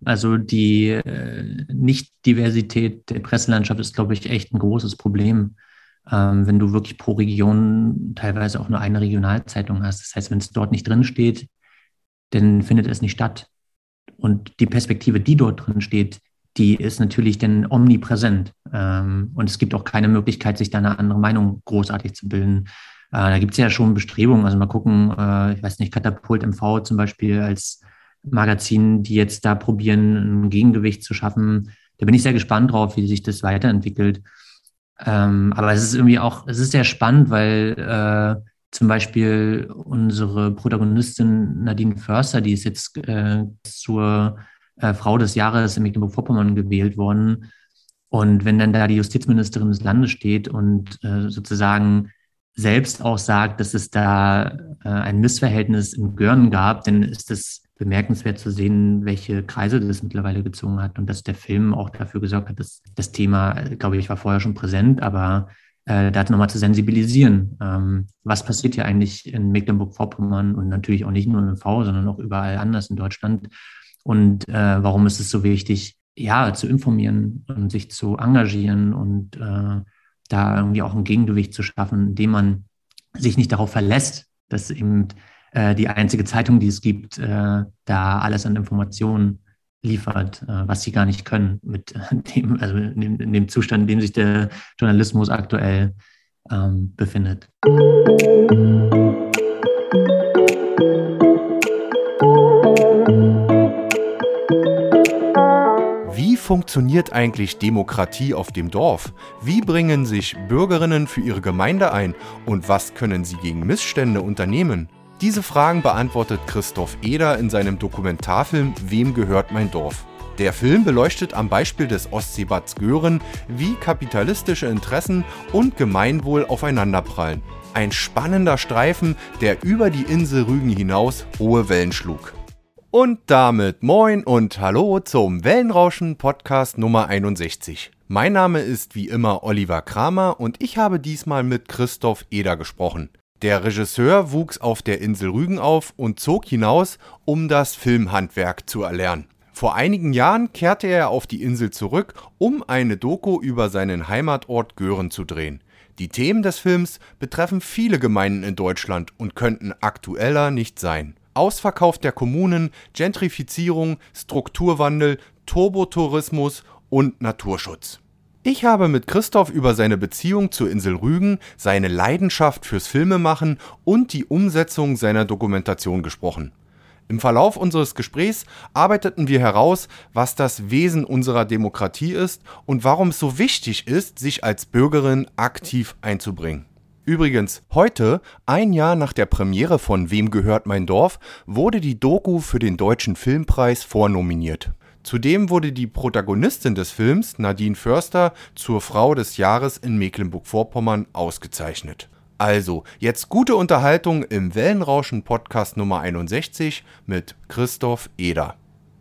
Also die Nicht-Diversität der Presselandschaft ist, glaube ich, echt ein großes Problem, wenn du wirklich pro Region teilweise auch nur eine Regionalzeitung hast. Das heißt, wenn es dort nicht drin steht, dann findet es nicht statt. Und die Perspektive, die dort drin steht, die ist natürlich dann omnipräsent. Und es gibt auch keine Möglichkeit, sich da eine andere Meinung großartig zu bilden. Da gibt es ja schon Bestrebungen. Also mal gucken, ich weiß nicht, Katapult MV zum Beispiel als Magazin, die jetzt da probieren, ein Gegengewicht zu schaffen. Da bin ich sehr gespannt drauf, wie sich das weiterentwickelt. Aber es ist irgendwie auch, es ist sehr spannend, weil zum Beispiel unsere Protagonistin Nadine Förster, die ist jetzt zur Frau des Jahres in Mecklenburg-Vorpommern gewählt worden. Und wenn dann da die Justizministerin des Landes steht und sozusagen selbst auch sagt, dass es da ein Missverhältnis in Görn gab, dann ist es bemerkenswert zu sehen, welche Kreise das mittlerweile gezogen hat und dass der Film auch dafür gesorgt hat, dass das Thema, glaube ich, war vorher schon präsent, aber da nochmal zu sensibilisieren. Was passiert hier eigentlich in Mecklenburg-Vorpommern und natürlich auch nicht nur in MV, sondern auch überall anders in Deutschland? Und warum ist es so wichtig, ja, zu informieren und sich zu engagieren und da irgendwie auch ein Gegengewicht zu schaffen, indem man sich nicht darauf verlässt, dass eben die einzige Zeitung, die es gibt, da alles an Informationen liefert, was sie gar nicht können mit dem, also in dem Zustand, in dem sich der Journalismus aktuell befindet. Wie funktioniert eigentlich Demokratie auf dem Dorf? Wie bringen sich Bürgerinnen für ihre Gemeinde ein? Und was können sie gegen Missstände unternehmen? Diese Fragen beantwortet Christoph Eder in seinem Dokumentarfilm Wem gehört mein Dorf? Der Film beleuchtet am Beispiel des Ostseebads Göhren, wie kapitalistische Interessen und Gemeinwohl aufeinanderprallen. Ein spannender Streifen, der über die Insel Rügen hinaus hohe Wellen schlug. Und damit moin und hallo zum Wellenrauschen Podcast Nummer 61. Mein Name ist wie immer Oliver Kramer und ich habe diesmal mit Christoph Eder gesprochen. Der Regisseur wuchs auf der Insel Rügen auf und zog hinaus, um das Filmhandwerk zu erlernen. Vor einigen Jahren kehrte er auf die Insel zurück, um eine Doku über seinen Heimatort Göhren zu drehen. Die Themen des Films betreffen viele Gemeinden in Deutschland und könnten aktueller nicht sein. Ausverkauf der Kommunen, Gentrifizierung, Strukturwandel, Turbotourismus und Naturschutz. Ich habe mit Christoph über seine Beziehung zur Insel Rügen, seine Leidenschaft fürs Filmemachen und die Umsetzung seiner Dokumentation gesprochen. Im Verlauf unseres Gesprächs arbeiteten wir heraus, was das Wesen unserer Demokratie ist und warum es so wichtig ist, sich als Bürgerin aktiv einzubringen. Übrigens, heute, ein Jahr nach der Premiere von Wem gehört mein Dorf, wurde die Doku für den Deutschen Filmpreis vornominiert. Zudem wurde die Protagonistin des Films, Nadine Förster, zur Frau des Jahres in Mecklenburg-Vorpommern ausgezeichnet. Also, jetzt gute Unterhaltung im Wellenrauschen Podcast Nummer 61 mit Christoph Eder.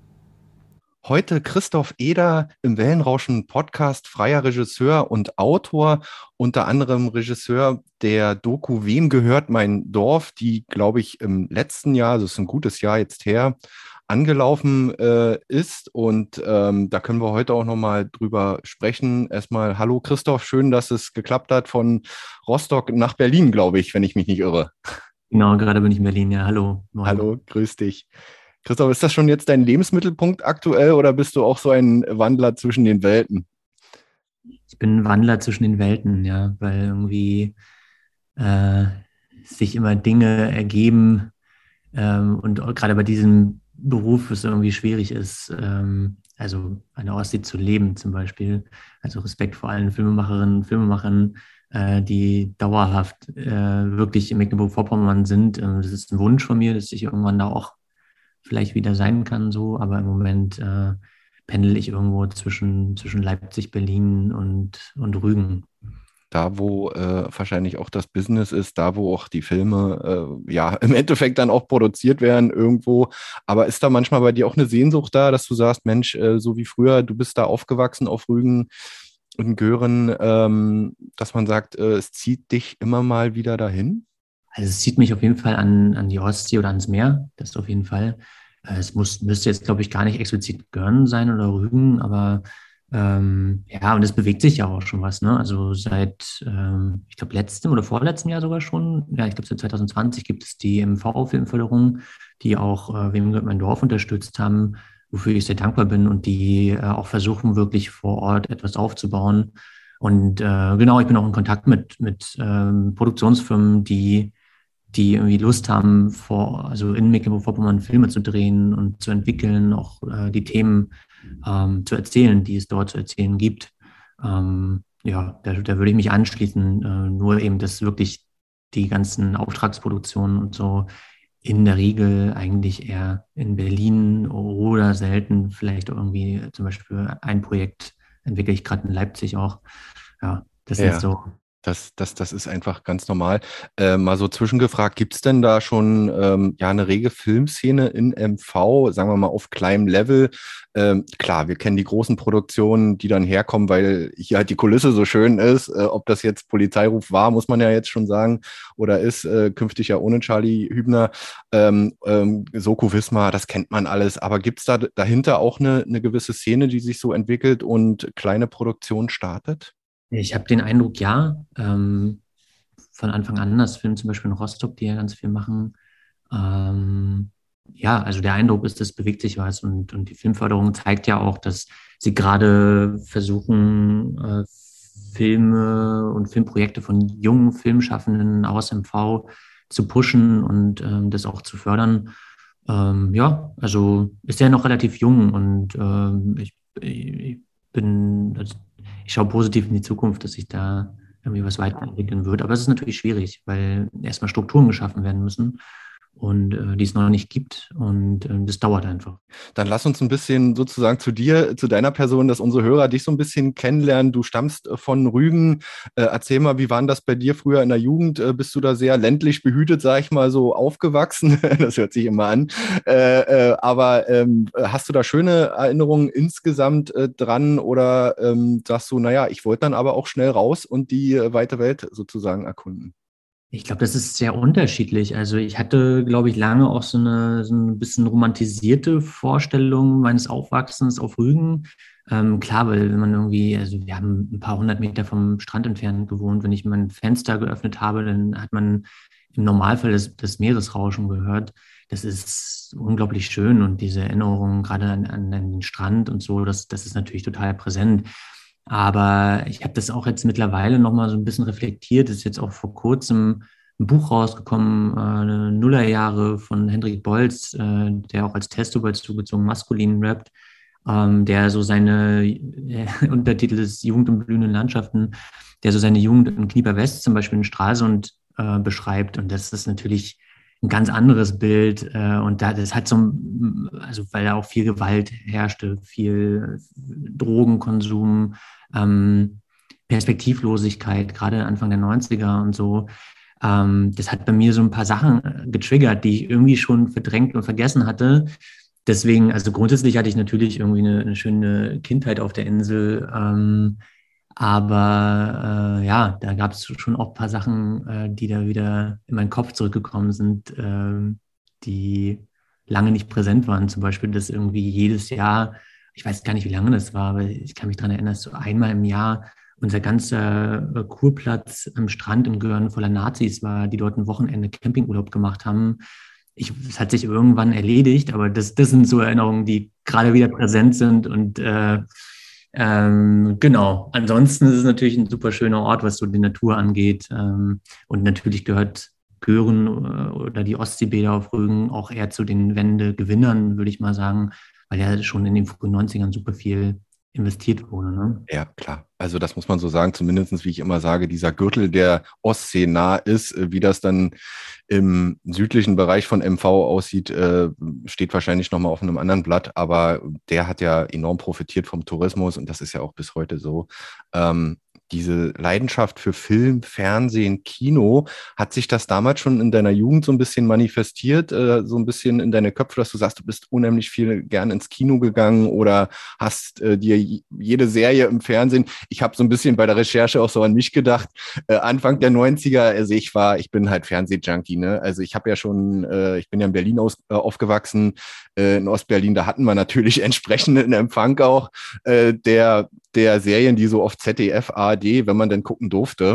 Heute Christoph Eder im Wellenrauschen Podcast, freier Regisseur und Autor, unter anderem Regisseur der Doku Wem gehört mein Dorf, die, glaube ich, im letzten Jahr, also es ist ein gutes Jahr jetzt her, angelaufen ist. Und da können wir heute auch nochmal drüber sprechen. Erstmal, hallo Christoph, schön, dass es geklappt hat von Rostock nach Berlin, glaube ich, wenn ich mich nicht irre. Genau, gerade bin ich in Berlin, ja, hallo. Moin. Hallo, grüß dich. Christoph, ist das schon jetzt dein Lebensmittelpunkt aktuell oder bist du auch so ein Wandler zwischen den Welten? Ich bin ein Wandler zwischen den Welten, ja, weil irgendwie äh, sich immer Dinge ergeben und auch gerade bei diesem Beruf es irgendwie schwierig ist, also an der Ostsee zu leben zum Beispiel. Also Respekt vor allen Filmemacherinnen und Filmemachern, die dauerhaft wirklich in Mecklenburg-Vorpommern sind. Das ist ein Wunsch von mir, dass ich irgendwann da auch vielleicht wieder sein kann, so, aber im Moment pendel ich irgendwo zwischen Leipzig, Berlin und Rügen. Da, wo wahrscheinlich auch das Business ist, da, wo auch die Filme ja im Endeffekt dann auch produziert werden irgendwo. Aber ist da manchmal bei dir auch eine Sehnsucht da, dass du sagst, Mensch, so wie früher, du bist da aufgewachsen auf Rügen und Göhren, dass man sagt, es zieht dich immer mal wieder dahin? Also es zieht mich auf jeden Fall an die Ostsee oder ans Meer, das auf jeden Fall. Müsste jetzt, glaube ich, gar nicht explizit Görn sein oder Rügen, aber ja, und es bewegt sich ja auch schon was, ne? Also seit, ich glaube, letztem oder vorletztem Jahr sogar schon, ja, ich glaube, seit 2020 gibt es die MV-Filmförderung, die auch Wem gehört mein Dorf unterstützt haben, wofür ich sehr dankbar bin und die auch versuchen, wirklich vor Ort etwas aufzubauen. Und genau, ich bin auch in Kontakt mit Produktionsfirmen, die irgendwie Lust haben, also in Mecklenburg-Vorpommern Filme zu drehen und zu entwickeln, auch die Themen zu erzählen, die es dort zu erzählen gibt. Ja, da würde ich mich anschließen. Nur eben, dass wirklich die ganzen Auftragsproduktionen und so in der Regel eigentlich eher in Berlin oder selten vielleicht irgendwie zum Beispiel ein Projekt entwickle ich gerade in Leipzig auch. Ja, das sind Ja. so. Das ist einfach ganz normal. Mal so zwischengefragt, gibt es denn da schon ja eine rege Filmszene in MV, sagen wir mal auf kleinem Level? Klar, wir kennen die großen Produktionen, die dann herkommen, weil hier halt die Kulisse so schön ist. Ob das jetzt Polizeiruf war, muss man ja jetzt schon sagen, oder ist künftig ja ohne Charlie Hübner. Soko Wismar, das kennt man alles. Aber gibt es da dahinter auch eine gewisse Szene, die sich so entwickelt und kleine Produktion startet? Ich habe den Eindruck, ja, von Anfang an, das Film zum Beispiel in Rostock, die ja ganz viel machen. Ähm, ja, also der Eindruck ist, es bewegt sich was und die Filmförderung zeigt ja auch, dass sie gerade versuchen, Filme und Filmprojekte von jungen Filmschaffenden aus MV zu pushen und das auch zu fördern. Ja, also ist ja noch relativ jung und ich also ich schaue positiv in die Zukunft, dass sich da irgendwie was weiterentwickeln wird. Aber es ist natürlich schwierig, weil erstmal Strukturen geschaffen werden müssen und die es noch nicht gibt. Und das dauert einfach. Dann lass uns ein bisschen sozusagen zu dir, zu deiner Person, dass unsere Hörer dich so ein bisschen kennenlernen. Du stammst von Rügen. Erzähl mal, wie war denn das bei dir früher in der Jugend? Bist du da sehr ländlich behütet, sag ich mal, so aufgewachsen? Das hört sich immer an. Aber hast du da schöne Erinnerungen insgesamt dran oder sagst du, naja, ich wollte dann aber auch schnell raus und die weite Welt sozusagen erkunden? Ich glaube, das ist sehr unterschiedlich. Also ich hatte, glaube ich, lange auch so ein bisschen romantisierte Vorstellung meines Aufwachsens auf Rügen. Klar, weil wenn man irgendwie, also wir haben ein paar hundert Meter vom Strand entfernt gewohnt. Wenn ich mein Fenster geöffnet habe, dann hat man im Normalfall das Meeresrauschen gehört. Das ist unglaublich schön und diese Erinnerungen gerade an den Strand und so, das ist natürlich total präsent. Aber ich habe das auch jetzt mittlerweile nochmal so ein bisschen reflektiert. Es ist jetzt auch vor kurzem ein Buch rausgekommen, Nullerjahre von Hendrik Bolz, der auch als Testo zugezogen maskulin rappt, der so seine Untertitel ist Jugend in blühenden Landschaften, der so seine Jugend in Knieper West zum Beispiel in Stralsund beschreibt. Und das ist natürlich ein ganz anderes Bild. Und das hat also weil da auch viel Gewalt herrschte, viel Drogenkonsum, Perspektivlosigkeit, gerade Anfang der 90er und so. Das hat bei mir so ein paar Sachen getriggert, die ich irgendwie schon verdrängt und vergessen hatte. Deswegen, also grundsätzlich hatte ich natürlich irgendwie eine schöne Kindheit auf der Insel. Aber ja, da gab es schon auch ein paar Sachen, die da wieder in meinen Kopf zurückgekommen sind, die lange nicht präsent waren. Zum Beispiel, dass irgendwie jedes Jahr, ich weiß gar nicht, wie lange das war, aber ich kann mich daran erinnern, dass so einmal im Jahr unser ganzer Kurplatz am Strand in Görn voller Nazis war, die dort ein Wochenende Campingurlaub gemacht haben. Es hat sich irgendwann erledigt, aber das sind so Erinnerungen, die gerade wieder präsent sind und genau. Ansonsten ist es natürlich ein super schöner Ort, was so die Natur angeht. Und natürlich gehören oder die Ostseebäder auf Rügen auch eher zu den Wendegewinnern, würde ich mal sagen, weil ja schon in den frühen 90ern super viel investiert wurde. Ne? Ja, klar. Also das muss man so sagen, zumindest wie ich immer sage, dieser Gürtel, der Ostsee nah ist, wie das dann im südlichen Bereich von MV aussieht, steht wahrscheinlich nochmal auf einem anderen Blatt, aber der hat ja enorm profitiert vom Tourismus und das ist ja auch bis heute so. diese Leidenschaft für Film, Fernsehen, Kino, hat sich das damals schon in deiner Jugend so ein bisschen manifestiert, so ein bisschen in deine Köpfe, dass du sagst, du bist unheimlich viel gern ins Kino gegangen oder hast dir jede Serie im Fernsehen, ich habe so ein bisschen bei der Recherche auch so an mich gedacht, Anfang der 90er, also ich bin halt Fernsehjunkie, ne? Also ich habe ja schon, ich bin ja in Berlin aufgewachsen, in Ostberlin, da hatten wir natürlich entsprechenden Empfang auch der Serien, die so auf ZDF, ARD, wenn man denn gucken durfte.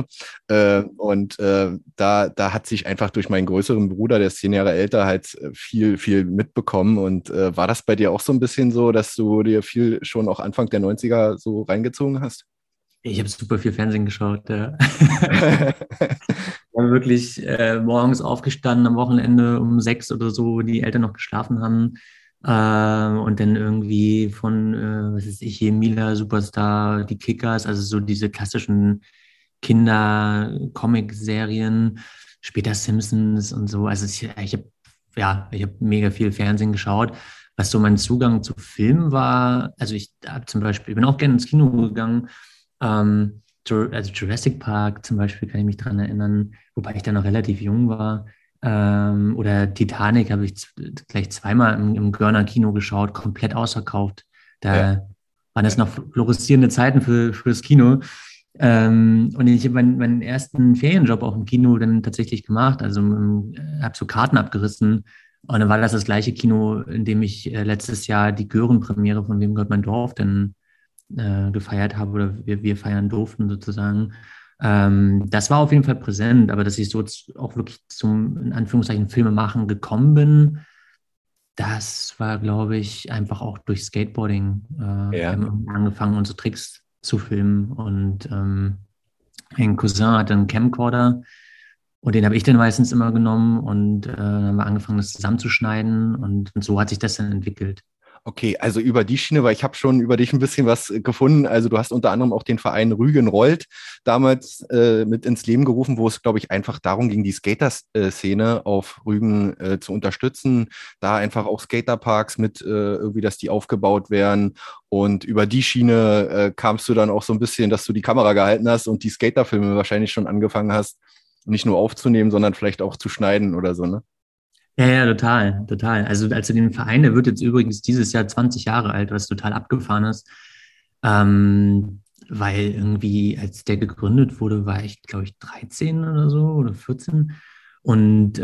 Da hat sich einfach durch meinen größeren Bruder, der ist 10 Jahre älter, halt viel mitbekommen. Und war das bei dir auch so ein bisschen so, dass du dir viel schon auch Anfang der 90er so reingezogen hast? Ich habe super viel Fernsehen geschaut. Ja. Wir haben wirklich morgens aufgestanden am Wochenende um 6 oder so, die Eltern noch geschlafen haben. Und dann irgendwie von, was weiß ich, hier, Mila, Superstar, die Kickers, also so diese klassischen Kinder-Comic-Serien, später Simpsons und so. Also ich hab mega viel Fernsehen geschaut. Was so mein Zugang zu Filmen war, also ich hab zum Beispiel, ich bin auch gerne ins Kino gegangen. Also Jurassic Park zum Beispiel kann ich mich dran erinnern, wobei ich da noch relativ jung war. Oder Titanic habe ich gleich zweimal im Görner Kino geschaut, komplett ausverkauft. Ja. Da waren das noch florissierende Zeiten für das Kino. Und ich habe meinen ersten Ferienjob auch im Kino dann tatsächlich gemacht. Also habe so Karten abgerissen. Und dann war das gleiche Kino, in dem ich letztes Jahr die Gören-Premiere von Wem gehört mein Dorf dann gefeiert habe oder wir feiern durften sozusagen. Das war auf jeden Fall präsent, aber dass ich so auch wirklich zum, in Anführungszeichen, Filmemachen gekommen bin, das war, glaube ich, einfach auch durch Skateboarding. Wir Ja. haben angefangen, unsere Tricks zu filmen und mein Cousin hatte einen Camcorder und den habe ich dann meistens immer genommen und dann haben wir angefangen, das zusammenzuschneiden und so hat sich das dann entwickelt. Okay, also über die Schiene, weil ich habe schon über dich ein bisschen was gefunden. Also du hast unter anderem auch den Verein Rügen rollt damals mit ins Leben gerufen, wo es, glaube ich, einfach darum ging, die Skater-Szene auf Rügen zu unterstützen. Da einfach auch Skaterparks mit irgendwie, dass die aufgebaut werden. Und über die Schiene kamst du dann auch so ein bisschen, dass du die Kamera gehalten hast und die Skaterfilme wahrscheinlich schon angefangen hast, nicht nur aufzunehmen, sondern vielleicht auch zu schneiden oder so, ne? Ja, total, total. Also den Verein, der wird jetzt übrigens dieses Jahr 20 Jahre alt, was total abgefahren ist. Weil irgendwie, als der gegründet wurde, war ich, glaube ich, 13 oder so oder 14. Und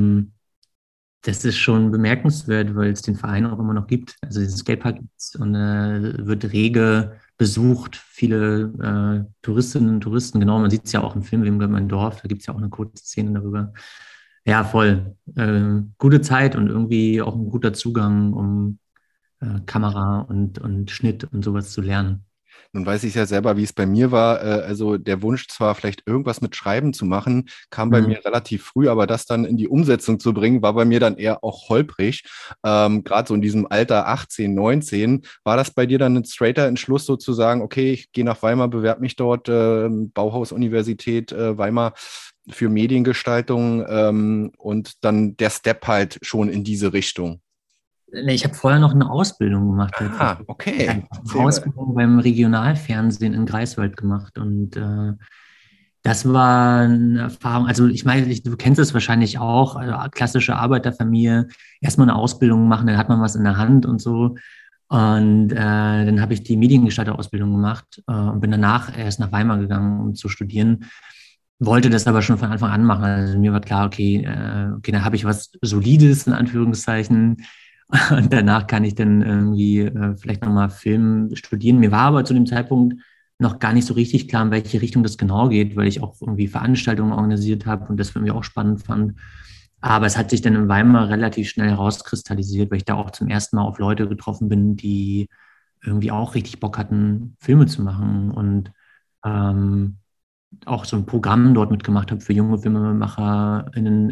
das ist schon bemerkenswert, weil es den Verein auch immer noch gibt. Also diesen Skatepark gibt's und wird rege besucht. Viele Touristinnen und Touristen, genau, man sieht es ja auch im Film Wem gehört mein Dorf, da gibt es ja auch eine kurze Szene darüber. Ja, voll. Gute Zeit und irgendwie auch ein guter Zugang, um Kamera und Schnitt und sowas zu lernen. Nun weiß ich ja selber, wie es bei mir war. Also der Wunsch zwar vielleicht irgendwas mit Schreiben zu machen, kam bei Mhm. mir relativ früh, aber das dann in die Umsetzung zu bringen, war bei mir dann eher auch holprig. Gerade so in diesem Alter 18, 19, war das bei dir dann ein straighter Entschluss sozusagen, okay, ich gehe nach Weimar, bewerbe mich dort, Bauhaus-Universität Weimar für Mediengestaltung und dann der Step halt schon in diese Richtung. Nee, ich habe vorher noch eine Ausbildung gemacht Ah, tatsächlich. Ich okay. habe eine Erzähl mal. Ausbildung beim Regionalfernsehen in Greifswald gemacht und das war eine Erfahrung. Also ich meine, du kennst es wahrscheinlich auch, also klassische Arbeiterfamilie, erstmal eine Ausbildung machen, dann hat man was in der Hand und so. Und dann habe ich die Mediengestalter-Ausbildung gemacht und bin danach erst nach Weimar gegangen, um zu studieren. Wollte das aber schon von Anfang an machen. Also mir war klar, okay, dann habe ich was Solides in Anführungszeichen. Und danach kann ich dann irgendwie vielleicht nochmal Film studieren. Mir war aber zu dem Zeitpunkt noch gar nicht so richtig klar, in welche Richtung das genau geht, weil ich auch irgendwie Veranstaltungen organisiert habe und das für mich auch spannend fand. Aber es hat sich dann in Weimar relativ schnell herauskristallisiert, weil ich da auch zum ersten Mal auf Leute getroffen bin, die irgendwie auch richtig Bock hatten, Filme zu machen und ähm, auch so ein Programm dort mitgemacht habe für junge FilmemacherInnen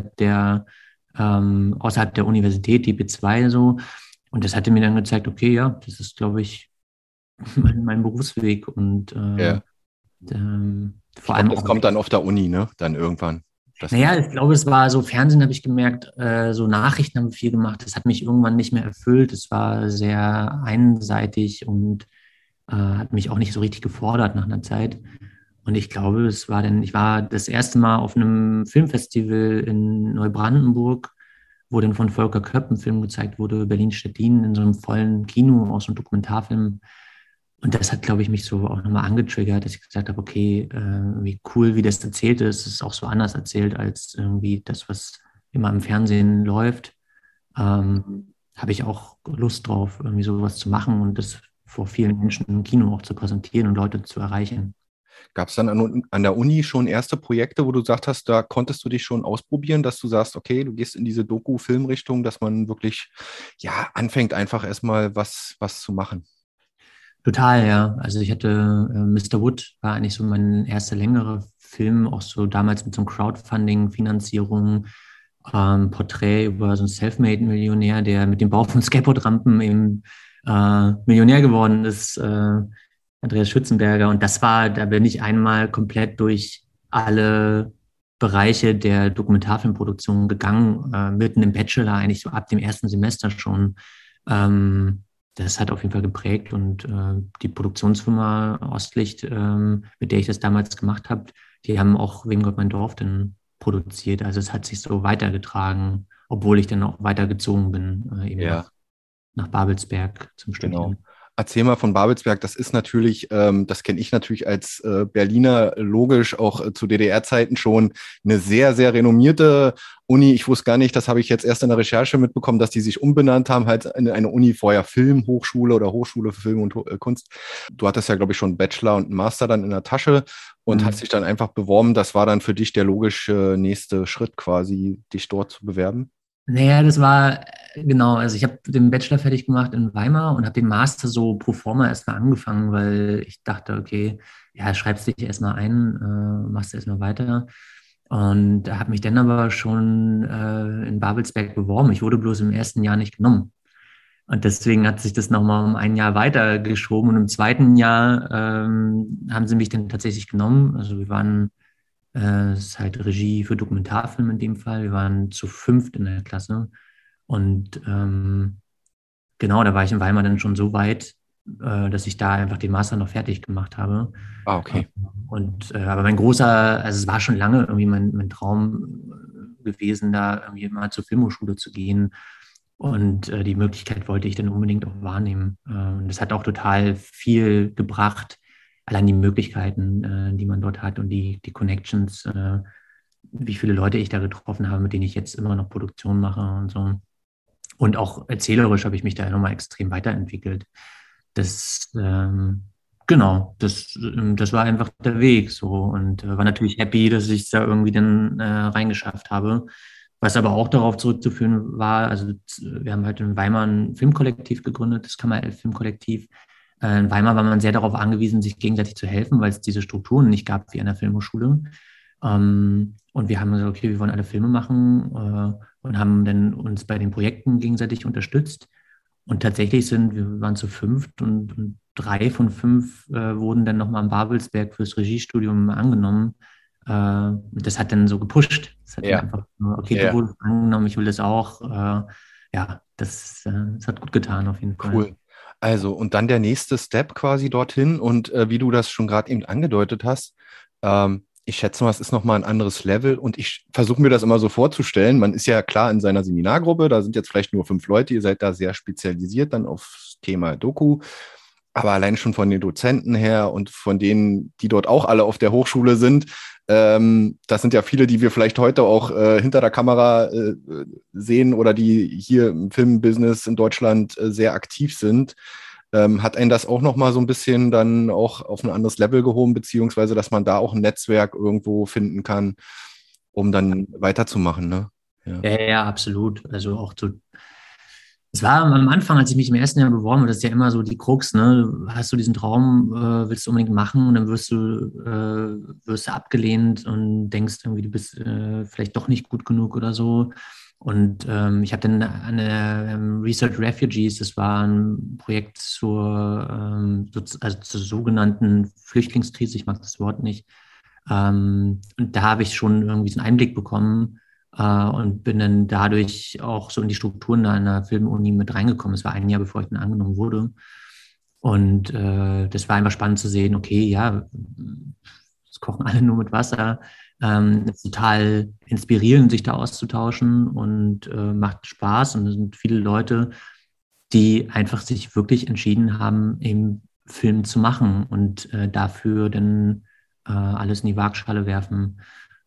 außerhalb der Universität, die B2 so. Und das hatte mir dann gezeigt, okay, ja, das ist, glaube ich, mein Berufsweg und Ja. Ich vor glaube, allem das auch, kommt dann auf der Uni, ne? Dann irgendwann. Das naja, ich glaube, es war so Fernsehen, habe ich gemerkt, so Nachrichten haben wir viel gemacht. Das hat mich irgendwann nicht mehr erfüllt. Es war sehr einseitig und hat mich auch nicht so richtig gefordert nach einer Zeit. Und ich glaube, ich war das erste Mal auf einem Filmfestival in Neubrandenburg, wo dann von Volker Köpp ein Film gezeigt wurde, Berlin-Stettin, in so einem vollen Kino, aus so einem Dokumentarfilm. Und das hat, glaube ich, mich so auch nochmal angetriggert, dass ich gesagt habe, okay, wie cool, wie das erzählt ist. Es ist auch so anders erzählt als irgendwie das, was immer im Fernsehen läuft. Habe ich auch Lust drauf, irgendwie sowas zu machen und das vor vielen Menschen im Kino auch zu präsentieren und Leute zu erreichen. Gab es dann an der Uni schon erste Projekte, wo du gesagt hast, da konntest du dich schon ausprobieren, dass du sagst, okay, du gehst in diese Doku-Film-Richtung, dass man wirklich ja anfängt, einfach erstmal was zu machen? Total, ja. Also ich hatte Mr. Wood war eigentlich so mein erster längerer Film, auch so damals mit so einem Crowdfunding-Finanzierung, Porträt über so einen Selfmade-Millionär, der mit dem Bau von Skateboardrampen eben Millionär geworden ist, Andreas Schützenberger. Und da bin ich einmal komplett durch alle Bereiche der Dokumentarfilmproduktion gegangen, mitten im Bachelor, eigentlich so ab dem ersten Semester schon. Das hat auf jeden Fall geprägt und die Produktionsfirma Ostlicht, mit der ich das damals gemacht habe, die haben auch Wem Gott mein Dorf dann produziert. Also es hat sich so weitergetragen, obwohl ich dann auch weitergezogen bin, eben Ja, nach Babelsberg zum genau. Studieren. Erzähl mal von Babelsberg, das ist natürlich, das kenne ich natürlich als Berliner, logisch auch zu DDR-Zeiten schon eine sehr, sehr renommierte Uni. Ich wusste gar nicht, das habe ich jetzt erst in der Recherche mitbekommen, dass die sich umbenannt haben, halt in eine Uni vorher Filmhochschule oder Hochschule für Film und Kunst. Du hattest ja, glaube ich, schon einen Bachelor und einen Master dann in der Tasche und hast Mhm. dich dann einfach beworben. Das war dann für dich der logische nächste Schritt quasi, dich dort zu bewerben. Naja, das war genau, also ich habe den Bachelor fertig gemacht in Weimar und habe den Master so pro forma erstmal angefangen, weil ich dachte, okay, ja, schreibst dich erstmal ein, machst erstmal weiter. Und habe mich dann aber schon in Babelsberg beworben. Ich wurde bloß im ersten Jahr nicht genommen. Und deswegen hat sich das nochmal um ein Jahr weiter geschoben. Und im zweiten Jahr haben sie mich dann tatsächlich genommen. Also wir waren, es ist halt Regie für Dokumentarfilm in dem Fall. Wir waren zu fünft in der Klasse. Und genau, da war ich in Weimar dann schon so weit, dass ich da einfach den Master noch fertig gemacht habe. Ah, okay. Aber mein großer, also es war schon lange irgendwie mein Traum gewesen, da irgendwie mal zur Filmhochschule zu gehen. Und die Möglichkeit wollte ich dann unbedingt auch wahrnehmen. Und das hat auch total viel gebracht, allein die Möglichkeiten, die man dort hat und die Connections, wie viele Leute ich da getroffen habe, mit denen ich jetzt immer noch Produktion mache und so. Und auch erzählerisch habe ich mich da nochmal extrem weiterentwickelt. Das, genau, das war einfach der Weg so und war natürlich happy, dass ich es da irgendwie dann reingeschafft habe. Was aber auch darauf zurückzuführen war, also wir haben halt in Weimar ein Filmkollektiv gegründet, das Kammer-Elf Filmkollektiv. In Weimar war man sehr darauf angewiesen, sich gegenseitig zu helfen, weil es diese Strukturen nicht gab wie an der Filmhochschule. Und wir haben gesagt, okay, wir wollen alle Filme machen und haben dann uns bei den Projekten gegenseitig unterstützt. Und tatsächlich wir waren zu fünft und drei von fünf wurden dann nochmal in Babelsberg fürs Regiestudium angenommen. Das hat dann so gepusht. Das hat dann Ja, einfach, okay, du ja, wurdest angenommen, ich will das auch. Ja, das hat gut getan auf jeden Fall. cool. Also, und dann der nächste Step quasi dorthin und wie du das schon gerade eben angedeutet hast, ich schätze mal, es ist nochmal ein anderes Level und ich versuche mir das immer so vorzustellen. Man ist ja klar in seiner Seminargruppe, da sind jetzt vielleicht nur 5 Leute, ihr seid da sehr spezialisiert dann aufs Thema Doku. Aber allein schon von den Dozenten her und von denen, die dort auch alle auf der Hochschule sind, das sind ja viele, die wir vielleicht heute auch hinter der Kamera sehen oder die hier im Filmbusiness in Deutschland sehr aktiv sind. Hat einen das auch nochmal so ein bisschen dann auch auf ein anderes Level gehoben, beziehungsweise dass man da auch ein Netzwerk irgendwo finden kann, um dann weiterzumachen, ne? Ja. Ja, ja, ja, absolut. Also auch so, es war am Anfang, als ich mich im ersten Jahr beworben habe, das ist ja immer so die Krux, ne? Hast du diesen Traum, willst du unbedingt machen und dann wirst du abgelehnt und denkst irgendwie, du bist vielleicht doch nicht gut genug oder so. Und ich habe dann an der Research Refugees, das war ein Projekt also zur sogenannten Flüchtlingskrise, ich mag das Wort nicht. Und da habe ich schon irgendwie so einen Einblick bekommen, und bin dann dadurch auch so in die Strukturen da in der Filmuni mit reingekommen. Das war ein Jahr, bevor ich dann angenommen wurde. Und das war einfach spannend zu sehen, okay, ja, es kochen alle nur mit Wasser. Es ist total inspirierend, sich da auszutauschen und macht Spaß. Und es sind viele Leute, die einfach sich wirklich entschieden haben, eben Film zu machen und dafür dann alles in die Waagschale werfen.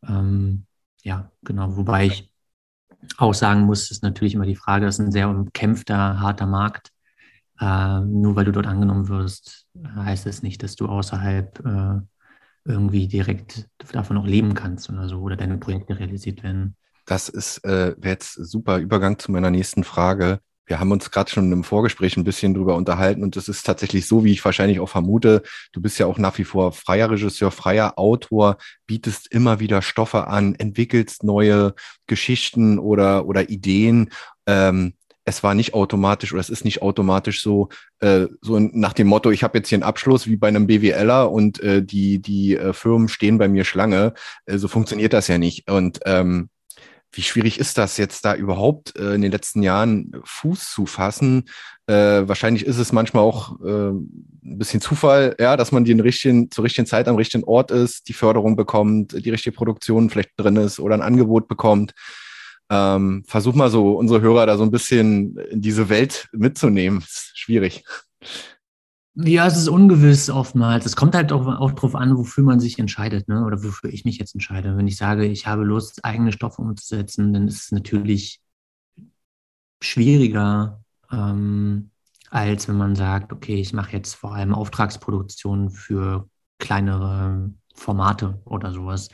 Ja, genau. Wobei ich auch sagen muss, ist natürlich immer die Frage, das ist ein sehr umkämpfter, harter Markt. Nur weil du dort angenommen wirst, heißt es nicht, dass du außerhalb irgendwie direkt davon auch leben kannst oder so oder deine Projekte realisiert werden. Das wäre jetzt ein super Übergang zu meiner nächsten Frage. Wir haben uns gerade schon im Vorgespräch ein bisschen drüber unterhalten und es ist tatsächlich so, wie ich wahrscheinlich auch vermute. Du bist ja auch nach wie vor freier Regisseur, freier Autor, bietest immer wieder Stoffe an, entwickelst neue Geschichten oder Ideen. Es war nicht automatisch oder es ist nicht automatisch so nach dem Motto, ich habe jetzt hier einen Abschluss wie bei einem BWLer und die Firmen stehen bei mir Schlange. So funktioniert das ja nicht. Und wie schwierig ist das jetzt da überhaupt in den letzten Jahren Fuß zu fassen? Wahrscheinlich ist es manchmal auch ein bisschen Zufall, ja, dass man zur richtigen Zeit am richtigen Ort ist, die Förderung bekommt, die richtige Produktion vielleicht drin ist oder ein Angebot bekommt. Versuch mal so unsere Hörer da so ein bisschen in diese Welt mitzunehmen. Ist schwierig. Ja, es ist ungewiss oftmals. Es kommt halt auch drauf an, wofür man sich entscheidet, ne? Oder wofür ich mich jetzt entscheide. Wenn ich sage, ich habe Lust, eigene Stoffe umzusetzen, dann ist es natürlich schwieriger, als wenn man sagt, okay, ich mache jetzt vor allem Auftragsproduktionen für kleinere Formate oder sowas.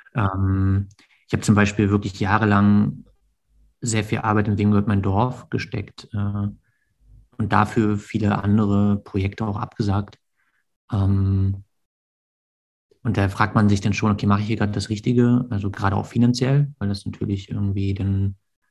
Ich habe zum Beispiel wirklich jahrelang sehr viel Arbeit in Wem gehört mein Dorf gesteckt und dafür viele andere Projekte auch abgesagt. Ähm, und da fragt man sich dann schon, okay, mache ich hier gerade das Richtige? Also gerade auch finanziell, weil das natürlich irgendwie dann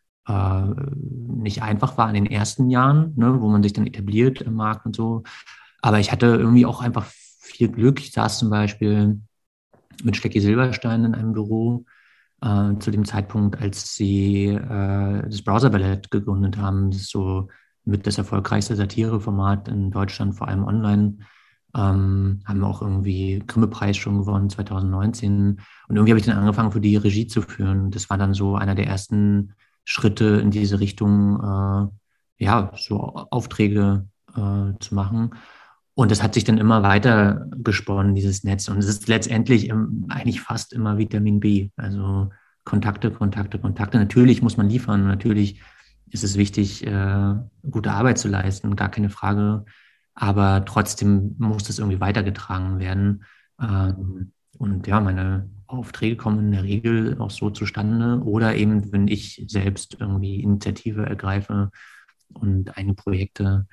nicht einfach war in den ersten Jahren, ne, wo man sich dann etabliert im Markt und so. Aber ich hatte irgendwie auch einfach viel Glück. Ich saß zum Beispiel mit Stecki Silberstein in einem Büro zu dem Zeitpunkt, als sie das Browser Ballett gegründet haben. Das ist so mit das erfolgreichste Satireformat in Deutschland, vor allem online. Haben auch irgendwie Grimme-Preis schon gewonnen 2019. Und irgendwie habe ich dann angefangen, für die Regie zu führen. Das war dann so einer der ersten Schritte in diese Richtung, ja, so Aufträge zu machen. Und das hat sich dann immer weiter gesponnen, dieses Netz. Und es ist letztendlich eigentlich fast immer Vitamin B. Also Kontakte, Kontakte, Kontakte. Natürlich muss man liefern. Natürlich ist es wichtig, gute Arbeit zu leisten, gar keine Frage. Aber trotzdem muss das irgendwie weitergetragen werden. Und ja, meine Aufträge kommen in der Regel auch so zustande. Oder eben, wenn ich selbst irgendwie Initiative ergreife und eigene Projekte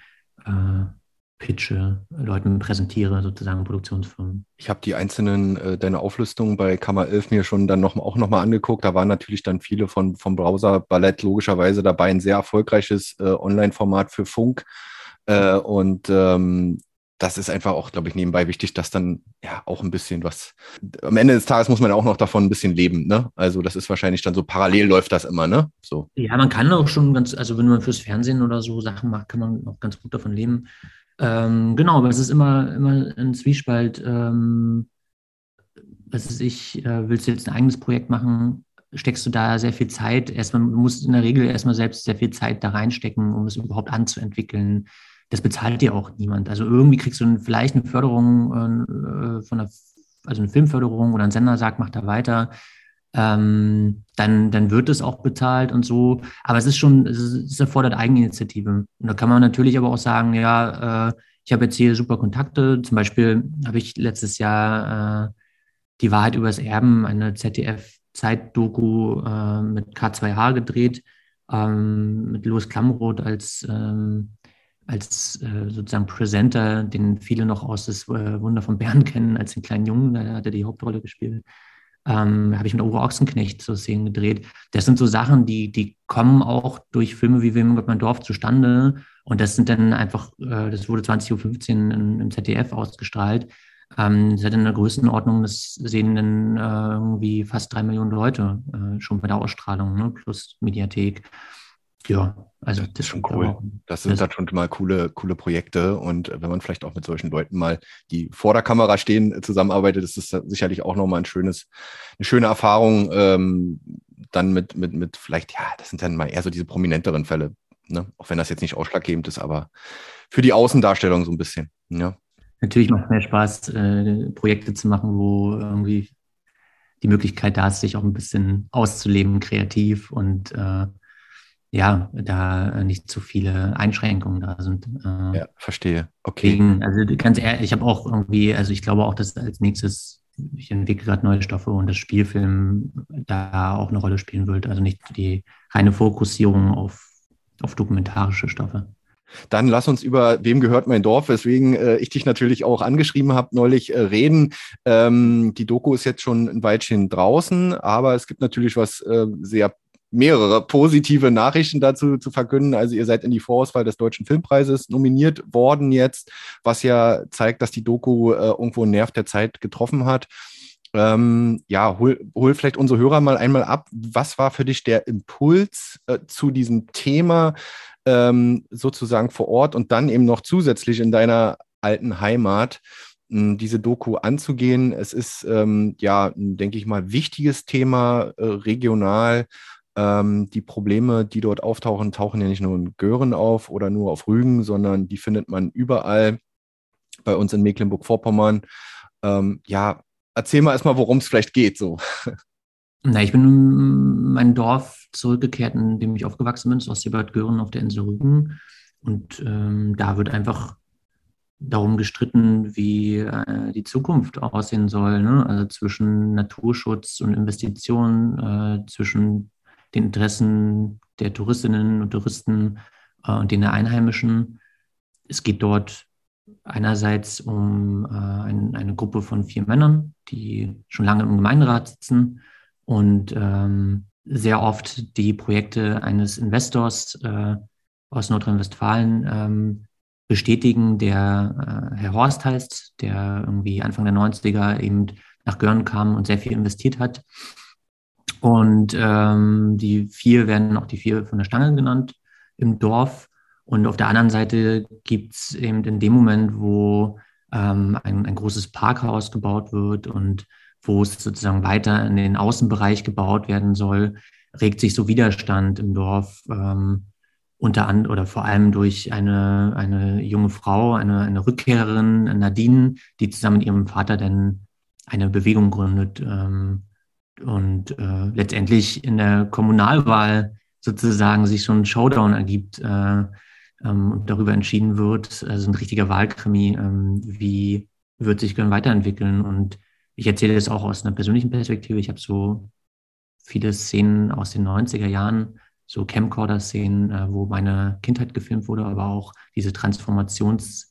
pitche, Leuten präsentiere, sozusagen Produktionsfirmen. Ich habe die einzelnen, deine Auflistungen bei Kammer 11 mir schon dann auch noch mal angeguckt. Da waren natürlich dann viele vom Browser Ballett logischerweise dabei. Ein sehr erfolgreiches Online-Format für Funk. Und das ist einfach auch, glaube ich, nebenbei wichtig, dass dann ja auch ein bisschen was. Am Ende des Tages muss man ja auch noch davon ein bisschen leben, ne? Also das ist wahrscheinlich dann so parallel läuft das immer, ne? So. Ja, man kann auch schon ganz, also wenn man fürs Fernsehen oder so Sachen macht, kann man auch ganz gut davon leben. Genau, aber es ist immer ein Zwiespalt. Was weiß ich, willst du jetzt ein eigenes Projekt machen? Steckst du da sehr viel Zeit? Erstmal, du musst in der Regel erstmal selbst sehr viel Zeit da reinstecken, um es überhaupt anzuentwickeln. Das bezahlt dir auch niemand. Also irgendwie kriegst du vielleicht eine Förderung also eine Filmförderung oder ein Sender sagt, mach da weiter. Dann wird es auch bezahlt und so. Aber es erfordert Eigeninitiative. Und da kann man natürlich aber auch sagen, ja, ich habe jetzt hier super Kontakte. Zum Beispiel habe ich letztes Jahr Die Wahrheit übers Erben, eine ZDF-Zeitdoku mit K2H gedreht, mit Louis Klamroth als sozusagen Presenter, den viele noch aus Das Wunder von Bern kennen, als den kleinen Jungen, da hat er die Hauptrolle gespielt. Habe ich mit Uwe Ochsenknecht so Szenen gedreht. Das sind so Sachen, die kommen auch durch Filme wie Wem gehört mein Dorf zustande. Und das sind dann einfach, das wurde 20.15 Uhr im ZDF ausgestrahlt. Das hat in der Größenordnung, das sehen dann irgendwie fast 3 Millionen Leute schon bei der Ausstrahlung, ne, plus Mediathek. Ja, also Das ist das schon ist cool. auch, Das sind das, dann schon mal coole Projekte. Und wenn man vielleicht auch mit solchen Leuten mal, die vor der Kamera stehen, zusammenarbeitet, ist das sicherlich auch nochmal eine schöne Erfahrung. Dann mit vielleicht, ja, das sind dann mal eher so diese prominenteren Fälle. Ne? Auch wenn das jetzt nicht ausschlaggebend ist, aber für die Außendarstellung so ein bisschen. Ja. natürlich macht es mehr Spaß, Projekte zu machen, wo irgendwie die Möglichkeit da ist, sich auch ein bisschen auszuleben, kreativ und ja, da nicht zu viele Einschränkungen da sind. Ja, verstehe. Okay. Deswegen, also ganz ehrlich, ich habe auch irgendwie, also ich glaube auch, dass als nächstes, ich entwickle gerade neue Stoffe und das Spielfilm da auch eine Rolle spielen wird. Also nicht die reine Fokussierung auf dokumentarische Stoffe. Dann lass uns über Wem gehört mein Dorf, weswegen ich dich natürlich auch angeschrieben habe, neulich reden. Die Doku ist jetzt schon ein Weilchen draußen, aber es gibt natürlich mehrere positive Nachrichten dazu zu verkünden. Also ihr seid in die Vorauswahl des Deutschen Filmpreises nominiert worden jetzt, was ja zeigt, dass die Doku irgendwo einen Nerv der Zeit getroffen hat. Ja, hol vielleicht unsere Hörer mal einmal ab. Was war für dich der Impuls zu diesem Thema sozusagen vor Ort und dann eben noch zusätzlich in deiner alten Heimat diese Doku anzugehen? Es ist ja, denke ich mal, wichtiges Thema regional. Die Probleme, die dort auftauchen, tauchen ja nicht nur in Göhren auf oder nur auf Rügen, sondern die findet man überall bei uns in Mecklenburg-Vorpommern. Ja, erzähl mal erstmal, worum es vielleicht geht. So. Na, ich bin in mein Dorf zurückgekehrt, in dem ich aufgewachsen bin, das ist Ostseebad Göhren auf der Insel Rügen. Und da wird einfach darum gestritten, wie die Zukunft aussehen soll, ne? Also zwischen Naturschutz und Investitionen, zwischen den Interessen der Touristinnen und Touristen und den der Einheimischen. Es geht dort einerseits um eine Gruppe von 4 Männern, die schon lange im Gemeinderat sitzen und sehr oft die Projekte eines Investors aus Nordrhein-Westfalen bestätigen, der Herr Horst heißt, der irgendwie Anfang der 90er eben nach Göhren kam und sehr viel investiert hat. Und die 4 werden auch die 4 von der Stange genannt im Dorf. Und auf der anderen Seite gibt es eben in dem Moment, wo ein großes Parkhaus gebaut wird und wo es sozusagen weiter in den Außenbereich gebaut werden soll, regt sich so Widerstand im Dorf, unter anderem oder vor allem durch eine junge Frau, eine Rückkehrerin, Nadine, die zusammen mit ihrem Vater dann eine Bewegung gründet und letztendlich in der Kommunalwahl sozusagen sich schon ein Showdown ergibt und darüber entschieden wird, also ein richtiger Wahlkrimi, wie wird sich Göring weiterentwickeln. Und ich erzähle das auch aus einer persönlichen Perspektive. Ich habe so viele Szenen aus den 90er Jahren, so Camcorder-Szenen, wo meine Kindheit gefilmt wurde, aber auch diese Transformationszeit,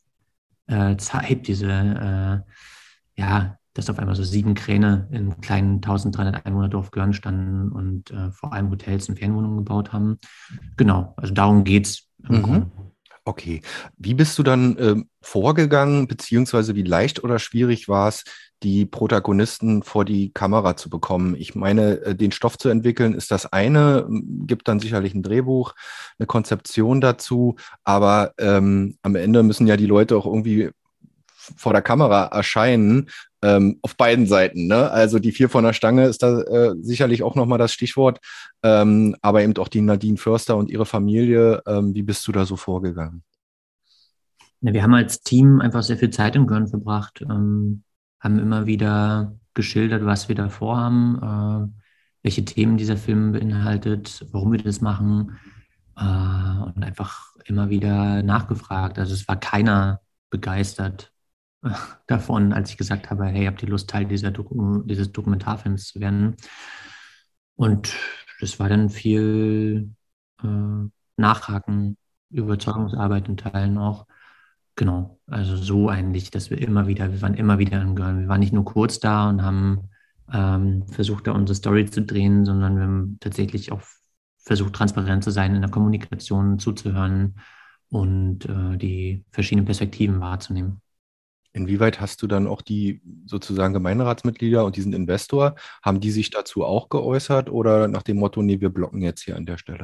ja, dass auf einmal so 7 Kräne in kleinen 1300 Einwohner-Dorf Göhren standen und vor allem Hotels und Ferienwohnungen gebaut haben. Genau, also darum geht es im Mhm. Grunde. Okay. Wie bist du dann vorgegangen, beziehungsweise wie leicht oder schwierig war es, die Protagonisten vor die Kamera zu bekommen? Ich meine, den Stoff zu entwickeln ist das eine, gibt dann sicherlich ein Drehbuch, eine Konzeption dazu, aber am Ende müssen ja die Leute auch irgendwie vor der Kamera erscheinen, auf beiden Seiten. Ne? Also die 4 von der Stange ist da sicherlich auch nochmal das Stichwort, aber eben auch die Nadine Förster und ihre Familie. Wie bist du da so vorgegangen? Ja, wir haben als Team einfach sehr viel Zeit in Göring verbracht, haben immer wieder geschildert, was wir da vorhaben, welche Themen dieser Film beinhaltet, warum wir das machen und einfach immer wieder nachgefragt. Also es war keiner begeistert davon, als ich gesagt habe, hey, habt ihr Lust, Teil dieses Dokumentarfilms zu werden? Und das war dann viel äh, Nachhaken, Überzeugungsarbeit in Teilen auch. Genau, also so eigentlich, dass wir waren immer wieder in Köln. Wir waren nicht nur kurz da und haben versucht, da unsere Story zu drehen, sondern wir haben tatsächlich auch versucht, transparent zu sein in der Kommunikation, zuzuhören und die verschiedenen Perspektiven wahrzunehmen. Inwieweit hast du dann auch die sozusagen Gemeinderatsmitglieder und diesen Investor, haben die sich dazu auch geäußert oder nach dem Motto, nee, wir blocken jetzt hier an der Stelle?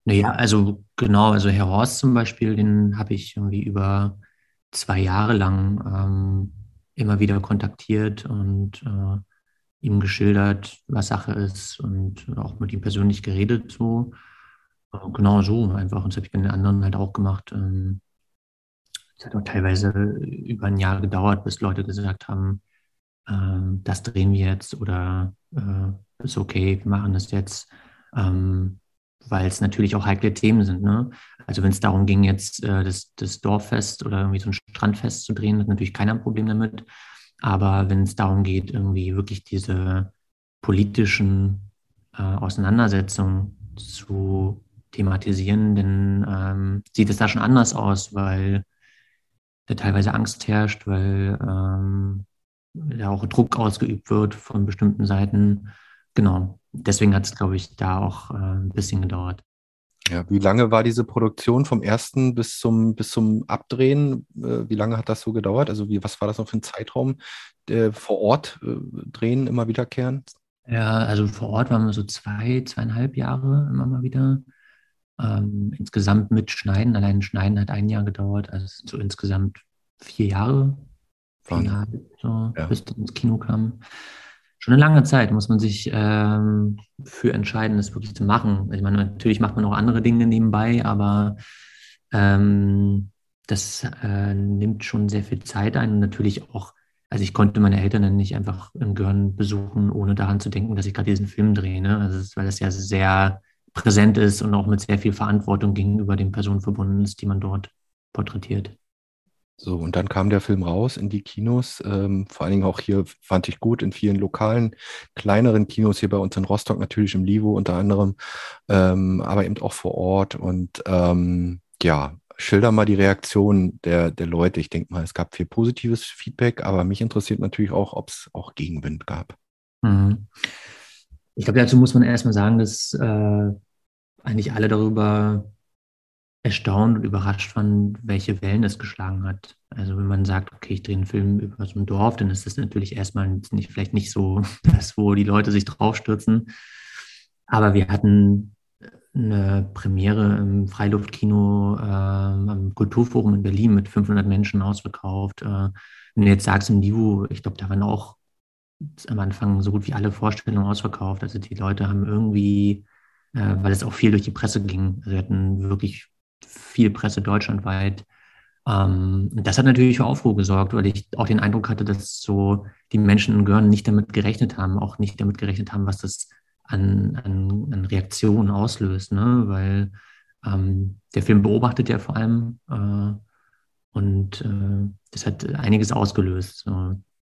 Naja, also genau, also Herr Horst zum Beispiel, den habe ich irgendwie über 2 Jahre lang immer wieder kontaktiert und ihm geschildert, was Sache ist und auch mit ihm persönlich geredet, so. Genau so einfach. Und das habe ich bei den anderen halt auch gemacht. Es hat auch teilweise über ein Jahr gedauert, bis Leute gesagt haben, das drehen wir jetzt oder ist okay, wir machen das jetzt, weil es natürlich auch heikle Themen sind. Ne? Also wenn es darum ging, jetzt das Dorffest oder irgendwie so ein Strandfest zu drehen, hat natürlich keiner ein Problem damit. Aber wenn es darum geht, irgendwie wirklich diese politischen Auseinandersetzungen zu thematisieren, dann sieht es da schon anders aus, weil da teilweise Angst herrscht, weil ja auch Druck ausgeübt wird von bestimmten Seiten. Genau. Deswegen hat es, glaube ich, da auch ein bisschen gedauert. Ja, wie lange war diese Produktion vom ersten bis zum Abdrehen? Wie lange hat das so gedauert? Also was war das noch für ein Zeitraum? Vor Ort drehen, immer wiederkehren? Ja, also vor Ort waren wir so 2, 2,5 Jahre immer mal wieder. Insgesamt mit Schneiden, allein Schneiden hat ein Jahr gedauert, also es sind so insgesamt 4 Jahre, Wahnsinn. 4,5, so, Ja. bis das ins Kino kam. Schon eine lange Zeit, muss man sich für entscheiden, das wirklich zu machen. Ich meine, natürlich macht man auch andere Dinge nebenbei, aber das nimmt schon sehr viel Zeit ein und natürlich auch, also ich konnte meine Eltern dann nicht einfach in Görn besuchen, ohne daran zu denken, dass ich gerade diesen Film drehe, ne? Weil das ja sehr präsent ist und auch mit sehr viel Verantwortung gegenüber den Personen verbunden ist, die man dort porträtiert. So, und dann kam der Film raus in die Kinos. Vor allen Dingen auch hier fand ich gut in vielen lokalen, kleineren Kinos, hier bei uns in Rostock natürlich im Livo unter anderem, aber eben auch vor Ort. Und ja, schilder mal die Reaktion der Leute. Ich denke mal, es gab viel positives Feedback, aber mich interessiert natürlich auch, ob es auch Gegenwind gab. Mhm. Ich glaube, dazu muss man erstmal sagen, dass eigentlich alle darüber erstaunt und überrascht waren, welche Wellen es geschlagen hat. Also wenn man sagt, okay, ich drehe einen Film über so ein Dorf, dann ist das natürlich erstmal nicht, vielleicht nicht so das, wo die Leute sich draufstürzen. Aber wir hatten eine Premiere im Freiluftkino am Kulturforum in Berlin mit 500 Menschen ausverkauft. Wenn du jetzt sagst im Niveau, ich glaube, da waren auch am Anfang so gut wie alle Vorstellungen ausverkauft. Also die Leute haben irgendwie, weil es auch viel durch die Presse ging, also wir hatten wirklich viel Presse deutschlandweit. Und das hat natürlich für Aufruhr gesorgt, weil ich auch den Eindruck hatte, dass so die Menschen in Görn nicht damit gerechnet haben, auch nicht damit gerechnet haben, was das an Reaktionen auslöst, ne? Weil der Film beobachtet ja vor allem und das hat einiges ausgelöst. So.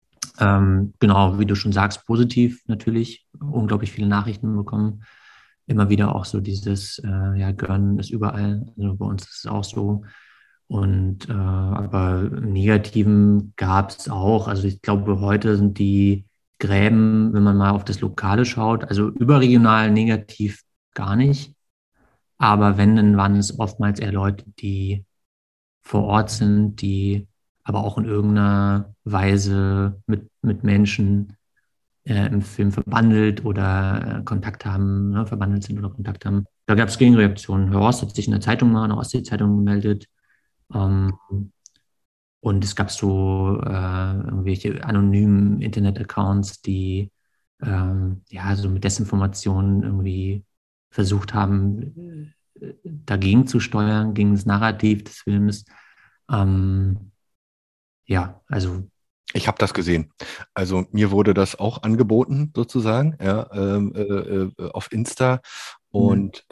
Genau, wie du schon sagst, positiv natürlich, unglaublich viele Nachrichten bekommen. Immer wieder auch so dieses, ja, Gönnen ist überall. Also bei uns ist es auch so. Und aber Negativen gab es auch. Also ich glaube, heute sind die Gräben, wenn man mal auf das Lokale schaut, also überregional negativ gar nicht. Aber wenn, dann waren es oftmals eher Leute, die vor Ort sind, die aber auch in irgendeiner Weise mit Menschen im Film verbandelt oder Kontakt haben, ne, verbandelt sind oder Kontakt haben. Da gab es Gegenreaktionen. Horst hat sich in der Zeitung mal, in der Ostsee-Zeitung gemeldet. Ähm, und es gab so irgendwelche anonymen Internet-Accounts, die ja so mit Desinformationen irgendwie versucht haben, dagegen zu steuern, gegen das Narrativ des Films. Ähm, ja, also. Ich habe das gesehen. Also mir wurde das auch angeboten, sozusagen, ja, auf Insta. Mh. Und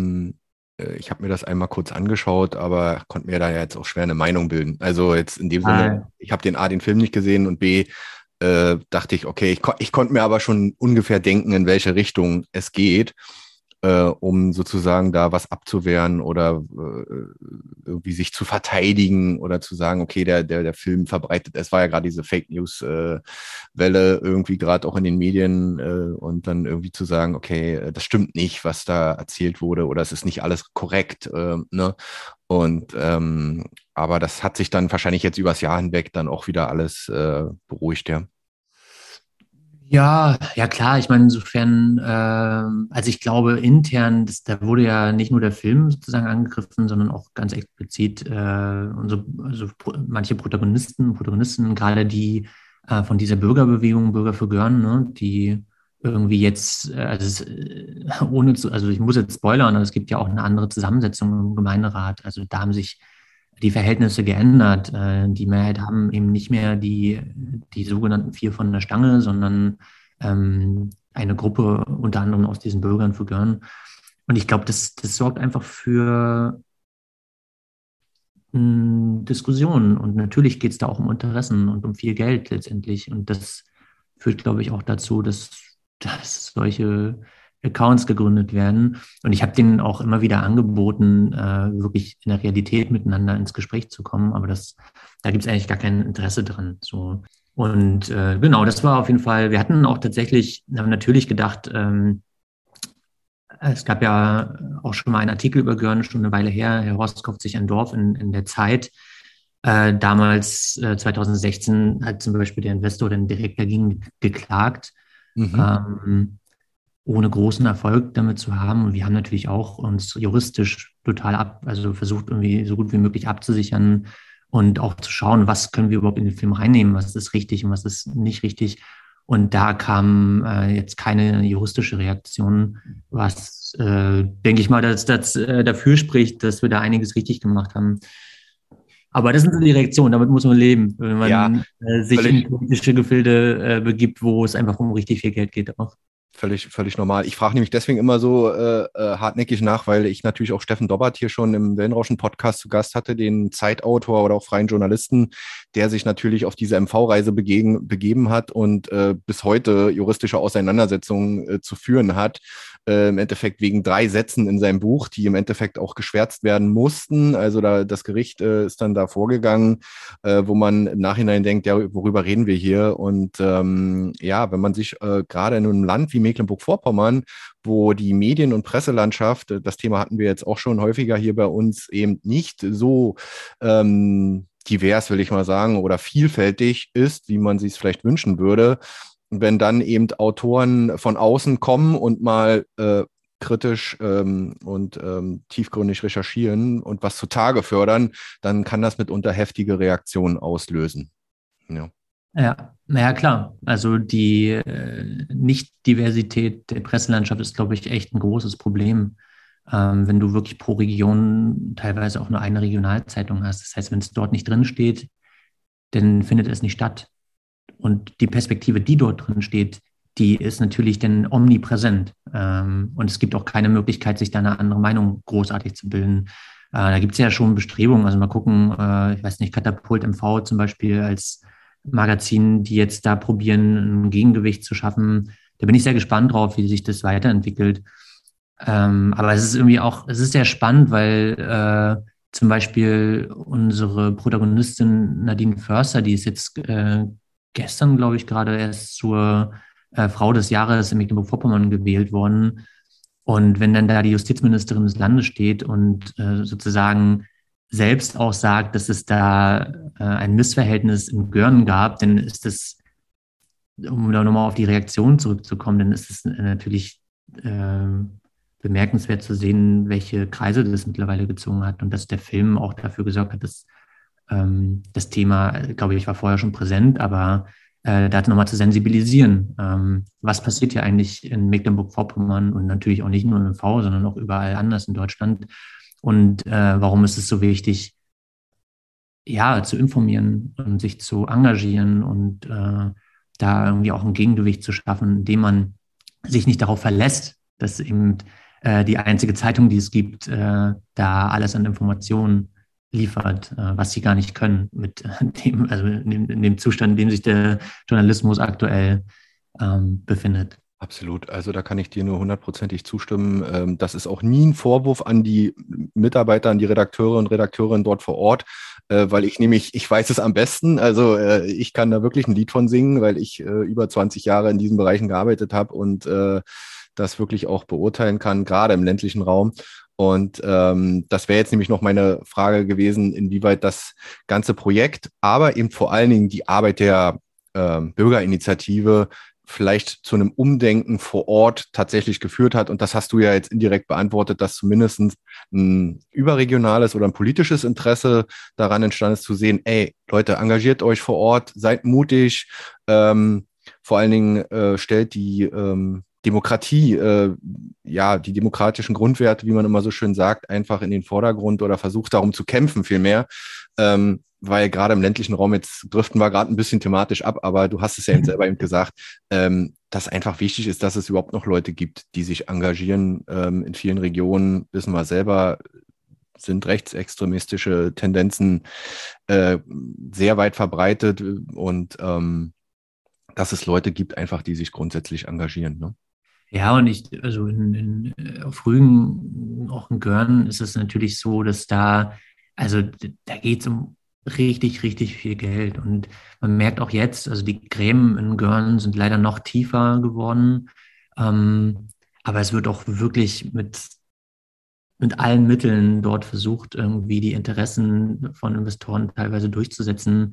ich habe mir das einmal kurz angeschaut, aber konnte mir da ja jetzt auch schwer eine Meinung bilden. Also jetzt in dem Sinne, ich habe den Film nicht gesehen und B, dachte ich, okay, ich konnte mir aber schon ungefähr denken, in welche Richtung es geht, um sozusagen da was abzuwehren oder irgendwie sich zu verteidigen oder zu sagen, okay, der Film verbreitet, es war ja gerade diese Fake News Welle irgendwie gerade auch in den Medien und dann irgendwie zu sagen, okay, das stimmt nicht, was da erzählt wurde oder es ist nicht alles korrekt, ne? Und aber das hat sich dann wahrscheinlich jetzt übers Jahr hinweg dann auch wieder alles beruhigt, ja. Ja, klar. Ich meine, insofern, also ich glaube intern, da wurde ja nicht nur der Film sozusagen angegriffen, sondern auch ganz explizit manche Protagonistinnen, gerade die von dieser Bürgerbewegung, Bürger für Gören, ne, die irgendwie jetzt, also ich muss jetzt spoilern, aber es gibt ja auch eine andere Zusammensetzung im Gemeinderat. Also da haben sich die Verhältnisse geändert. Die Mehrheit haben eben nicht mehr die sogenannten Vier von der Stange, sondern eine Gruppe unter anderem aus diesen Bürgern für Gören. Und ich glaube, das sorgt einfach für Diskussionen. Und natürlich geht es da auch um Interessen und um viel Geld letztendlich. Und das führt, glaube ich, auch dazu, dass solche Accounts gegründet werden. Und ich habe denen auch immer wieder angeboten, wirklich in der Realität miteinander ins Gespräch zu kommen. Aber da gibt es eigentlich gar kein Interesse dran. So. Und genau, das war auf jeden Fall, wir hatten auch tatsächlich, haben natürlich gedacht, es gab ja auch schon mal einen Artikel über Görn, schon eine Weile her. Herr Horst kauft sich ein Dorf in der Zeit. Damals, 2016, hat zum Beispiel der Investor dann direkt dagegen geklagt, Mhm. ähm, ohne großen Erfolg damit zu haben. Und wir haben natürlich auch uns juristisch total also versucht, irgendwie so gut wie möglich abzusichern und auch zu schauen, was können wir überhaupt in den Film reinnehmen, was ist richtig und was ist nicht richtig. Und da kam jetzt keine juristische Reaktion, was, denke ich mal, das dafür spricht, dass wir da einiges richtig gemacht haben. Aber das sind so die Reaktionen, damit muss man leben, wenn Ja, man sich in völlig, politische Gefilde begibt, wo es einfach um richtig viel Geld geht auch. völlig normal. Ich frage nämlich deswegen immer so hartnäckig nach, weil ich natürlich auch Steffen Dobbert hier schon im Wellenrauschen-Podcast zu Gast hatte, den Zeitautor oder auch freien Journalisten, der sich natürlich auf diese MV-Reise begeben hat und bis heute juristische Auseinandersetzungen zu führen hat. Im Endeffekt wegen 3 Sätzen in seinem Buch, die im Endeffekt auch geschwärzt werden mussten. Also das Gericht ist dann da vorgegangen, wo man im Nachhinein denkt, ja, worüber reden wir hier? Und ja, wenn man sich gerade in einem Land wie Mecklenburg-Vorpommern, wo die Medien- und Presselandschaft, das Thema hatten wir jetzt auch schon häufiger hier bei uns, eben nicht so divers, will ich mal sagen, oder vielfältig ist, wie man sich es vielleicht wünschen würde, wenn dann eben Autoren von außen kommen und mal kritisch und tiefgründig recherchieren und was zutage fördern, dann kann das mitunter heftige Reaktionen auslösen. Ja. Ja, naja, klar. Also die Nicht-Diversität der Presselandschaft ist, glaube ich, echt ein großes Problem, wenn du wirklich pro Region teilweise auch nur eine Regionalzeitung hast. Das heißt, wenn es dort nicht drin steht, dann findet es nicht statt. Und die Perspektive, die dort drin steht, die ist natürlich dann omnipräsent. Und es gibt auch keine Möglichkeit, sich da eine andere Meinung großartig zu bilden. Da gibt es ja schon Bestrebungen. Also mal gucken, ich weiß nicht, Katapult MV zum Beispiel als Magazin, die jetzt da probieren, ein Gegengewicht zu schaffen. Da bin ich sehr gespannt drauf, wie sich das weiterentwickelt. Aber es ist irgendwie auch, es ist sehr spannend, weil zum Beispiel unsere Protagonistin Nadine Förster, die ist jetzt gestern, glaube ich, gerade erst zur Frau des Jahres in Mecklenburg-Vorpommern gewählt worden. Und wenn dann da die Justizministerin des Landes steht und sozusagen selbst auch sagt, dass es da ein Missverhältnis in Görn gab, dann ist das, um da nochmal auf die Reaktion zurückzukommen, dann ist es natürlich bemerkenswert zu sehen, welche Kreise das mittlerweile gezogen hat und dass der Film auch dafür gesorgt hat, dass das Thema, glaube ich, war vorher schon präsent, aber da nochmal zu sensibilisieren. Was passiert hier eigentlich in Mecklenburg-Vorpommern und natürlich auch nicht nur in MV, sondern auch überall anders in Deutschland? Und warum ist es so wichtig, ja, zu informieren und sich zu engagieren und da irgendwie auch ein Gegengewicht zu schaffen, indem man sich nicht darauf verlässt, dass eben die einzige Zeitung, die es gibt, da alles an Informationen liefert, was sie gar nicht können mit also in dem Zustand, in dem sich der Journalismus aktuell befindet. Absolut. Also da kann ich dir nur hundertprozentig zustimmen. Das ist auch nie ein Vorwurf an die Mitarbeiter, an die Redakteure und Redakteurinnen dort vor Ort, weil ich weiß es am besten. Also ich kann da wirklich ein Lied von singen, weil ich über 20 Jahre in diesen Bereichen gearbeitet habe und das wirklich auch beurteilen kann, gerade im ländlichen Raum. Und das wäre jetzt nämlich noch meine Frage gewesen, inwieweit das ganze Projekt, aber eben vor allen Dingen die Arbeit der Bürgerinitiative vielleicht zu einem Umdenken vor Ort tatsächlich geführt hat. Und das hast du ja jetzt indirekt beantwortet, dass zumindest ein überregionales oder ein politisches Interesse daran entstanden ist, zu sehen, ey, Leute, engagiert euch vor Ort, seid mutig, vor allen Dingen stellt die Demokratie, die demokratischen Grundwerte, wie man immer so schön sagt, einfach in den Vordergrund oder versucht darum zu kämpfen vielmehr. Weil gerade im ländlichen Raum, jetzt driften wir gerade ein bisschen thematisch ab, aber du hast es ja eben selber eben gesagt, dass einfach wichtig ist, dass es überhaupt noch Leute gibt, die sich engagieren. In vielen Regionen, wissen wir selber, sind rechtsextremistische Tendenzen sehr weit verbreitet und dass es Leute gibt einfach, die sich grundsätzlich engagieren. Ne? Ja, und also auf Rügen, auch in Görn, ist es natürlich so, dass also da geht es um richtig, richtig viel Geld. Und man merkt auch jetzt, also die Gräben in Görn sind leider noch tiefer geworden. Aber es wird auch wirklich mit allen Mitteln dort versucht, irgendwie die Interessen von Investoren teilweise durchzusetzen.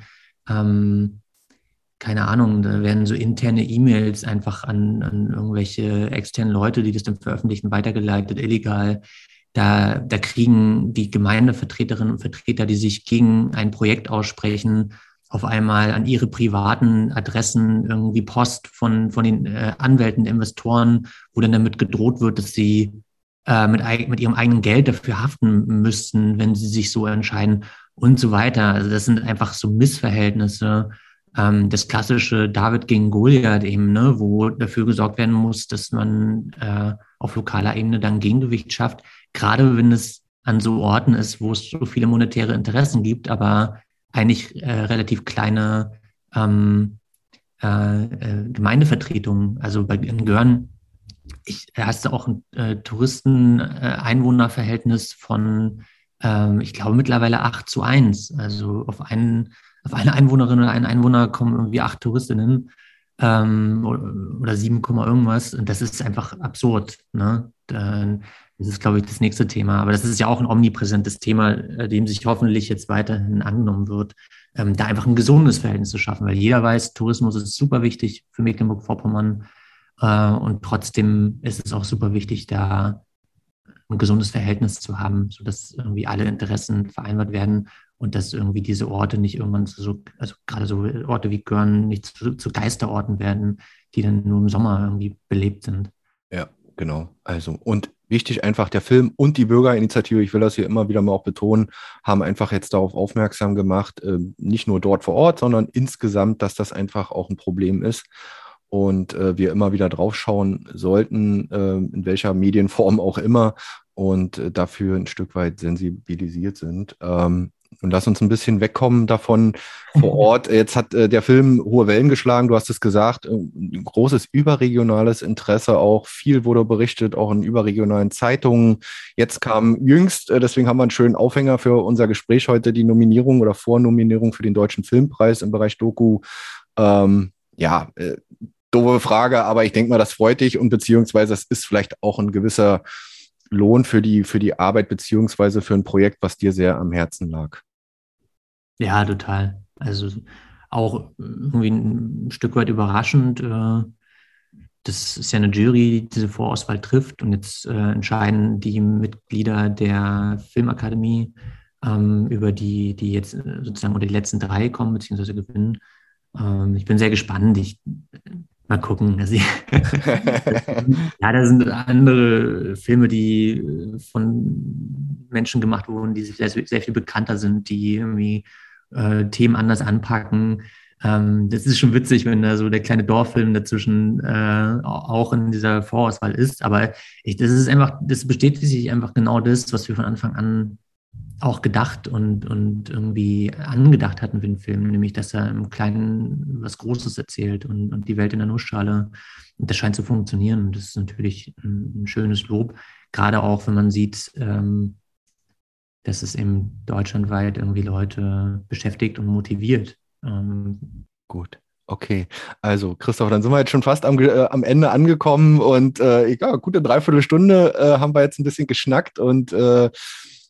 Keine Ahnung, da werden so interne E-Mails einfach an irgendwelche externen Leute, die das dann veröffentlichen, weitergeleitet, illegal. Da kriegen die Gemeindevertreterinnen und Vertreter, die sich gegen ein Projekt aussprechen, auf einmal an ihre privaten Adressen irgendwie Post von den Anwälten der Investoren, wo dann damit gedroht wird, dass sie mit ihrem eigenen Geld dafür haften müssten, wenn sie sich so entscheiden und so weiter. Also das sind einfach so Missverhältnisse. Das klassische David gegen Goliath eben, ne, wo dafür gesorgt werden muss, dass man auf lokaler Ebene dann Gegengewicht schafft, gerade wenn es an so Orten ist, wo es so viele monetäre Interessen gibt, aber eigentlich relativ kleine Gemeindevertretungen. Also in Görn hast du auch ein Touristen-Einwohner-Verhältnis von, ich glaube, mittlerweile 8:1. Also auf eine Einwohnerin oder einen Einwohner kommen irgendwie 8 Touristinnen oder 7, irgendwas. Und das ist einfach absurd. Ne? Das ist, glaube ich, das nächste Thema. Aber das ist ja auch ein omnipräsentes Thema, dem sich hoffentlich jetzt weiterhin angenommen wird, da einfach ein gesundes Verhältnis zu schaffen. Weil jeder weiß, Tourismus ist super wichtig für Mecklenburg-Vorpommern. Und trotzdem ist es auch super wichtig, da ein gesundes Verhältnis zu haben, sodass irgendwie alle Interessen vereinbart werden und dass irgendwie diese Orte nicht irgendwann also gerade so Orte wie Görn nicht zu Geisterorten werden, die dann nur im Sommer irgendwie belebt sind. Ja, genau. Also, und wichtig einfach, der Film und die Bürgerinitiative, ich will das hier immer wieder mal auch betonen, haben einfach jetzt darauf aufmerksam gemacht, nicht nur dort vor Ort, sondern insgesamt, dass das einfach auch ein Problem ist. Und wir immer wieder draufschauen sollten, in welcher Medienform auch immer, und dafür ein Stück weit sensibilisiert sind. Und lass uns ein bisschen wegkommen davon vor Ort. Jetzt hat der Film hohe Wellen geschlagen, du hast es gesagt, ein großes überregionales Interesse auch. Viel wurde berichtet, auch in überregionalen Zeitungen. Jetzt kam jüngst, deswegen haben wir einen schönen Aufhänger für unser Gespräch heute, die Nominierung oder Vornominierung für den Deutschen Filmpreis im Bereich Doku. Doofe Frage, aber ich denke mal, das freut dich, und beziehungsweise es ist vielleicht auch ein gewisser Lohn für die Arbeit, beziehungsweise für ein Projekt, was dir sehr am Herzen lag. Ja, total. Also auch irgendwie ein Stück weit überraschend. Das ist ja eine Jury, die diese Vorauswahl trifft, und jetzt entscheiden die Mitglieder der Filmakademie über die jetzt sozusagen unter die letzten 3 kommen, beziehungsweise gewinnen. Ich bin sehr gespannt. Mal gucken. Also ja, da sind andere Filme, die von Menschen gemacht wurden, die sehr, sehr viel bekannter sind, die irgendwie Themen anders anpacken. Das ist schon witzig, wenn da so der kleine Dorffilm dazwischen auch in dieser Vorauswahl ist. Aber das bestätigt sich einfach genau das, was wir von Anfang an auch gedacht und irgendwie angedacht hatten für den Film, nämlich, dass er im Kleinen was Großes erzählt und die Welt in der Nussschale. Und das scheint zu funktionieren. Und das ist natürlich ein schönes Lob, gerade auch, wenn man sieht, dass es eben deutschlandweit irgendwie Leute beschäftigt und motiviert. Gut. Okay, also Christoph, dann sind wir jetzt schon fast am Ende angekommen, und gute Dreiviertelstunde haben wir jetzt ein bisschen geschnackt, und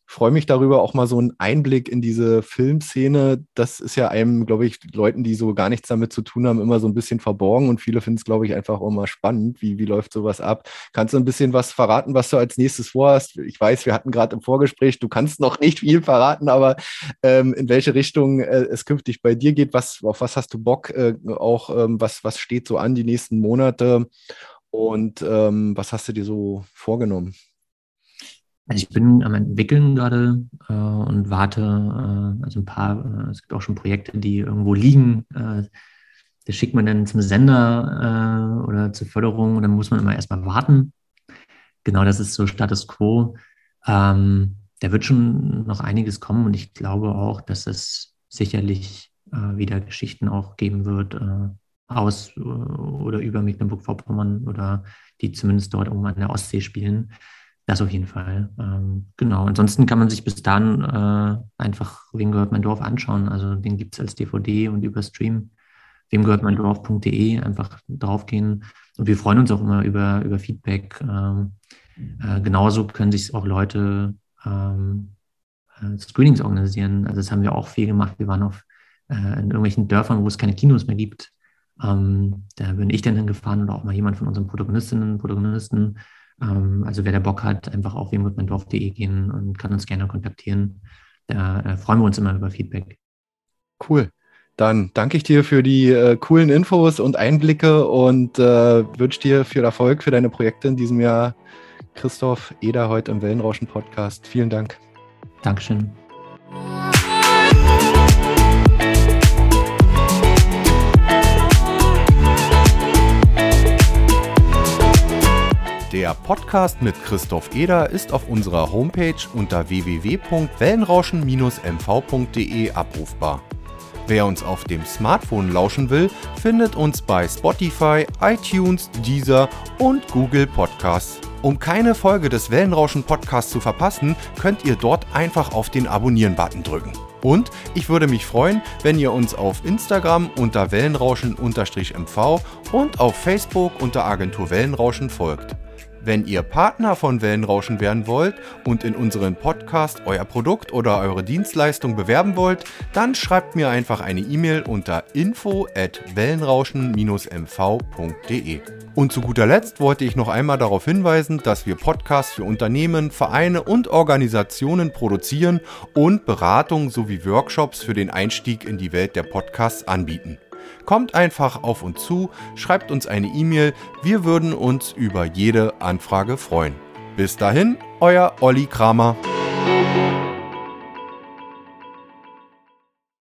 freue mich darüber, auch mal so einen Einblick in diese Filmszene. Das ist ja einem, glaube ich, Leuten, die so gar nichts damit zu tun haben, immer so ein bisschen verborgen und viele finden es, glaube ich, einfach auch mal spannend. Wie läuft sowas ab? Kannst du ein bisschen was verraten, was du als nächstes vorhast? Ich weiß, wir hatten gerade im Vorgespräch, du kannst noch nicht viel verraten, aber in welche Richtung es künftig bei dir geht, auf was hast du Bock? Was steht so an die nächsten Monate? Und was hast du dir so vorgenommen? Also ich bin am Entwickeln gerade und warte, also es gibt auch schon Projekte, die irgendwo liegen. Das schickt man dann zum Sender oder zur Förderung und dann muss man immer erstmal warten. Genau, das ist so Status Quo. Da wird schon noch einiges kommen und ich glaube auch, dass es sicherlich wieder Geschichten auch geben wird aus oder über Mecklenburg-Vorpommern oder die zumindest dort irgendwo an der Ostsee spielen. Das auf jeden Fall. Genau. Ansonsten kann man sich bis dahin einfach Wem gehört mein Dorf anschauen. Also den gibt es als DVD und über Stream. wemgehörtmeindorf.de einfach draufgehen. Und wir freuen uns auch immer über Feedback. Genauso können sich auch Leute Screenings organisieren. Also das haben wir auch viel gemacht. Wir waren in irgendwelchen Dörfern, wo es keine Kinos mehr gibt. Da bin ich dann hingefahren oder auch mal jemand von unseren Protagonisten. Also wer da Bock hat, einfach auf wemgehörtmeindorf.de gehen und kann uns gerne kontaktieren. Da freuen wir uns immer über Feedback. Cool. Dann danke ich dir für die coolen Infos und Einblicke und wünsche dir viel Erfolg für deine Projekte in diesem Jahr. Christoph Eder heute im Wellenrauschen-Podcast. Vielen Dank. Dankeschön. Der Podcast mit Christoph Eder ist auf unserer Homepage unter www.wellenrauschen-mv.de abrufbar. Wer uns auf dem Smartphone lauschen will, findet uns bei Spotify, iTunes, Deezer und Google Podcasts. Um keine Folge des Wellenrauschen-Podcasts zu verpassen, könnt ihr dort einfach auf den Abonnieren-Button drücken. Und ich würde mich freuen, wenn ihr uns auf Instagram unter Wellenrauschen_MV und auf Facebook unter Agentur Wellenrauschen folgt. Wenn ihr Partner von Wellenrauschen werden wollt und in unseren Podcast euer Produkt oder eure Dienstleistung bewerben wollt, dann schreibt mir einfach eine E-Mail unter info@wellenrauschen-mv.de. Und zu guter Letzt wollte ich noch einmal darauf hinweisen, dass wir Podcasts für Unternehmen, Vereine und Organisationen produzieren und Beratung sowie Workshops für den Einstieg in die Welt der Podcasts anbieten. Kommt einfach auf uns zu, schreibt uns eine E-Mail, wir würden uns über jede Anfrage freuen. Bis dahin, euer Olli Kramer.